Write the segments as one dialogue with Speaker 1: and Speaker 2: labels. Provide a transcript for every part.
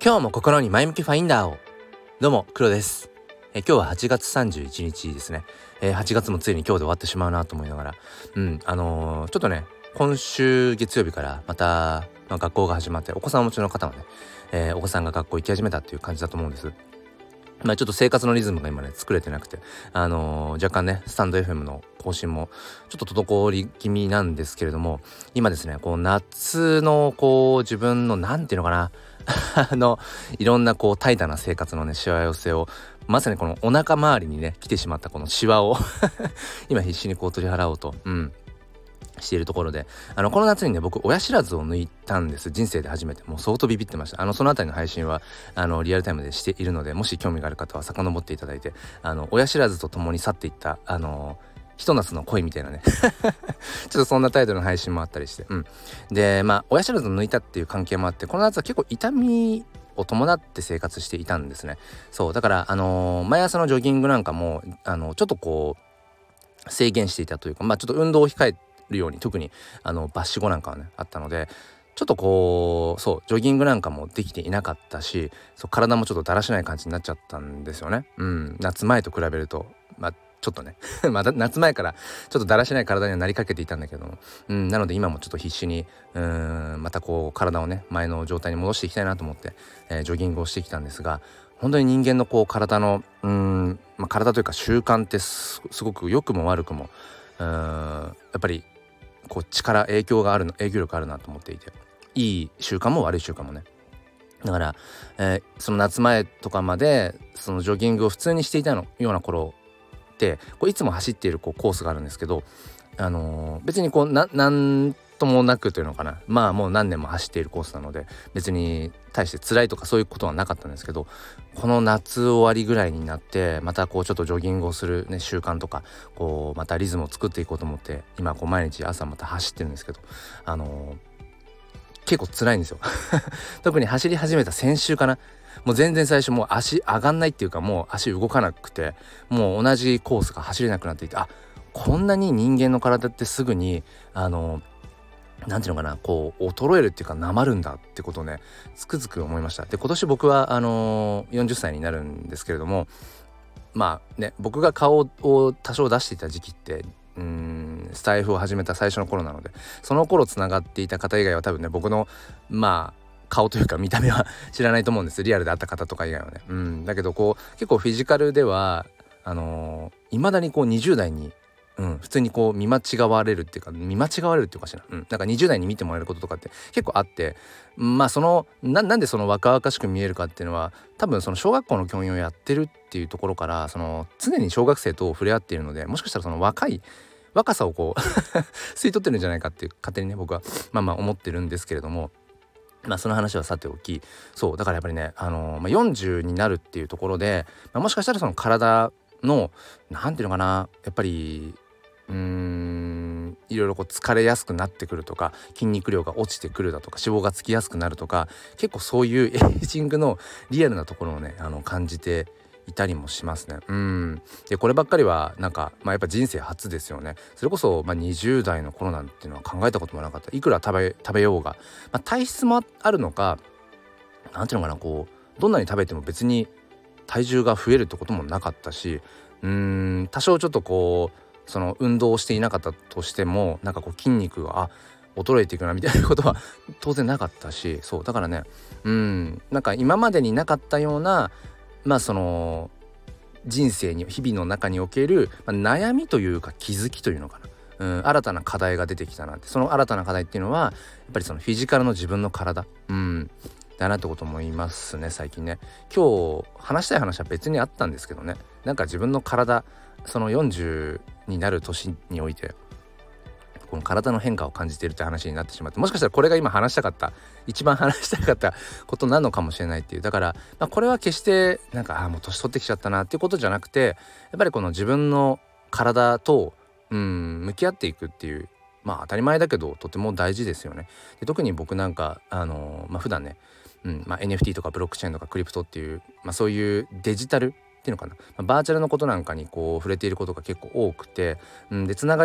Speaker 1: 今日も心に前向きファインダーを。どうも黒です。今日は8月31日ですね。8月もついに今日で終わってしまうなと思いながら、ちょっとね、今週月曜日からまた、学校が始まって、お子さんをお持ちの方はね、お子さんが学校行き始めたっていう感じだと思うんです。ちょっと生活のリズムが今ね作れてなくて、若干ねスタンド FM の更新もちょっと滞り気味なんですけれども、今ですねこう夏のこう自分のなんていうのかないろんなこう怠惰な生活のねしわ寄せを、まさにこのお腹周りにね来てしまったこのシワを今必死にこう取り払おうとしているところで、この夏にね僕親知らずを抜いたんです。人生で初めて。もう相当ビビってました。そのあたりの配信はリアルタイムでしているので、もし興味がある方は遡っていただいて、親知らずと共に去っていったひと夏の恋みたいなねちょっとそんなタイトルの配信もあったりして、で親知らずを抜いたっていう関係もあって、この夏は結構痛みを伴って生活していたんですね。そうだから毎朝のジョギングなんかもちょっとこう制限していたというか、ちょっと運動を控えるように、特に抜歯後なんかはねあったので、ちょっとこうジョギングなんかもできていなかったし、体もちょっとだらしない感じになっちゃったんですよね。夏前と比べるとちょっとね夏前からちょっとだらしない体にはなりかけていたんだけども、なので今もちょっと必死にまたこう体をね前の状態に戻していきたいなと思って、ジョギングをしてきたんですが、本当に人間のこう体の体というか習慣ってすごく良くも悪くもやっぱりこう影響力あるなと思っていて、いい習慣も悪い習慣もね。だから、その夏前とかまでそのジョギングを普通にしていたような頃ってこういつも走っているコースがあるんですけど、別にこうなんともなくというのかな、もう何年も走っているコースなので別に大して辛いとかそういうことはなかったんですけど、この夏終わりぐらいになってまたこうちょっとジョギングをする、習慣とかこうまたリズムを作っていこうと思って今こう毎日朝また走ってるんですけど、結構辛いんですよ特に走り始めた先週かな、もう全然最初もう足上がんないっていうか、もう足動かなくて、もう同じコースが走れなくなっていて、こんなに人間の体ってすぐになんていうのかな、こう衰えるっていうかなまるんだってことをねつくづく思いました。で今年僕は40歳になるんですけれども、僕が顔を多少出していた時期ってスタイフを始めた最初の頃なので、その頃つながっていた方以外は多分ね僕の顔というか見た目は知らないと思うんです。リアルで会った方とか以外はね。だけどこう結構フィジカルでは未だにこう20代に普通にこう見間違われるっていうかしな、なんか20代に見てもらえることとかって結構あって、なんでその若々しく見えるかっていうのは、多分その小学校の教員をやってるっていうところから、その常に小学生と触れ合っているので、もしかしたらその若さをこう吸い取ってるんじゃないかっていう勝手にね僕は思ってるんですけれども、その話はさておき、だからやっぱりね40になるっていうところで、もしかしたらその体のなんていうのかな、やっぱりいろいろこう疲れやすくなってくるとか、筋肉量が落ちてくるだとか、脂肪がつきやすくなるとか、結構そういうエイジングのリアルなところをね感じていたりもしますね。でこればっかりはなんかやっぱ人生初ですよね。それこそ20代の頃なんていうのは考えたこともなかった。いくら食べようが、体質もあるのか、なんていうのかな、こうどんなに食べても別に体重が増えるってこともなかったし、多少ちょっとこうその運動をしていなかったとしても、なんかこう筋肉が衰えていくなみたいなことは当然なかったし、だからねなんか今までになかったようなその人生に日々の中における、悩みというか気づきというのかな、新たな課題が出てきたなって。その新たな課題っていうのはやっぱりそのフィジカルの自分の体だなってこと思いますね、最近ね。今日話したい話は別にあったんですけどね、なんか自分の体、その40になる年においてこの体の変化を感じているって話になってしまって、もしかしたらこれが今一番話したかったことなのかもしれないっていう。だから、これは決してなんかもう年取ってきちゃったなっていうことじゃなくて、やっぱりこの自分の体と向き合っていくっていう、当たり前だけどとても大事ですよね。で特に僕なんか普段ねNFT とかブロックチェーンとかクリプトっていう、そういうデジタルっていうのかな、バーチャルのことなんかにこう触れていることが結構多くて、でつながり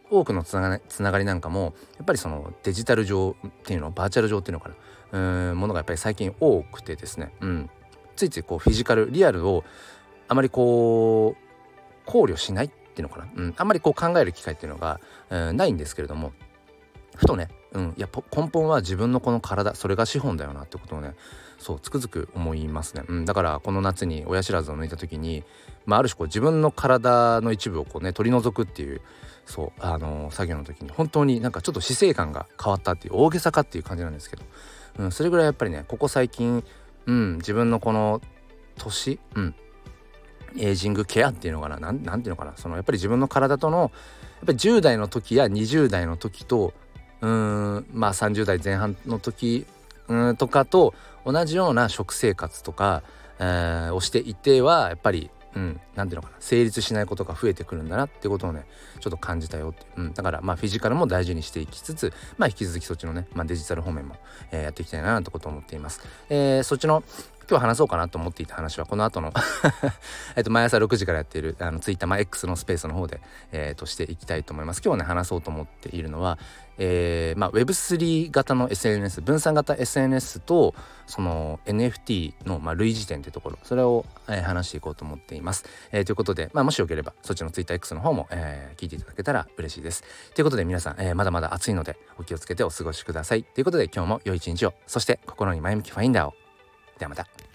Speaker 1: 多くのつながりなんかもやっぱりそのデジタル上っていうの、バーチャル上っていうのかな、ものがやっぱり最近多くてですね、ついついこうフィジカルリアルをあまりこう考慮しないっていうのかな、あんまりこう考える機会っていうのが、ないんですけれども、ふとね、いや根本は自分のこの体、それが資本だよなってことをね、そうつくづく思いますね。だからこの夏に親知らずを抜いた時に、ある種こう自分の体の一部をこうね取り除くっていう、作業の時に本当になんかちょっと死生観が変わったっていう、大げさかっていう感じなんですけど、それぐらいやっぱりねここ最近、自分のこの年、エイジングケアっていうのかな、なんていうのかな、そのやっぱり自分の体とのやっぱり10代の時や20代の時と30代前半の時とかと同じような食生活とか、をしていてはやっぱりなんていうのかな、成立しないことが増えてくるんだなってことをねちょっと感じたよっていう、だからフィジカルも大事にしていきつつ、引き続きそっちのね、デジタル方面も、やっていきたいななんてことを思っています。そっちの今日話そうかなと思っていた話はこの後の毎朝6時からやっているツイッター、X のスペースの方で、していきたいと思います。今日ね話そうと思っているのは、Web3 型の SNS、 分散型 SNS とその NFT の、類似点というところ、それを、話していこうと思っています。ということで、もしよければそっちの TwitterX の方も、聞いていただけたら嬉しいです。ということで皆さん、まだまだ暑いのでお気をつけてお過ごしください。ということで今日も良い一日を、そして心に前向きファインダーを。ではまた。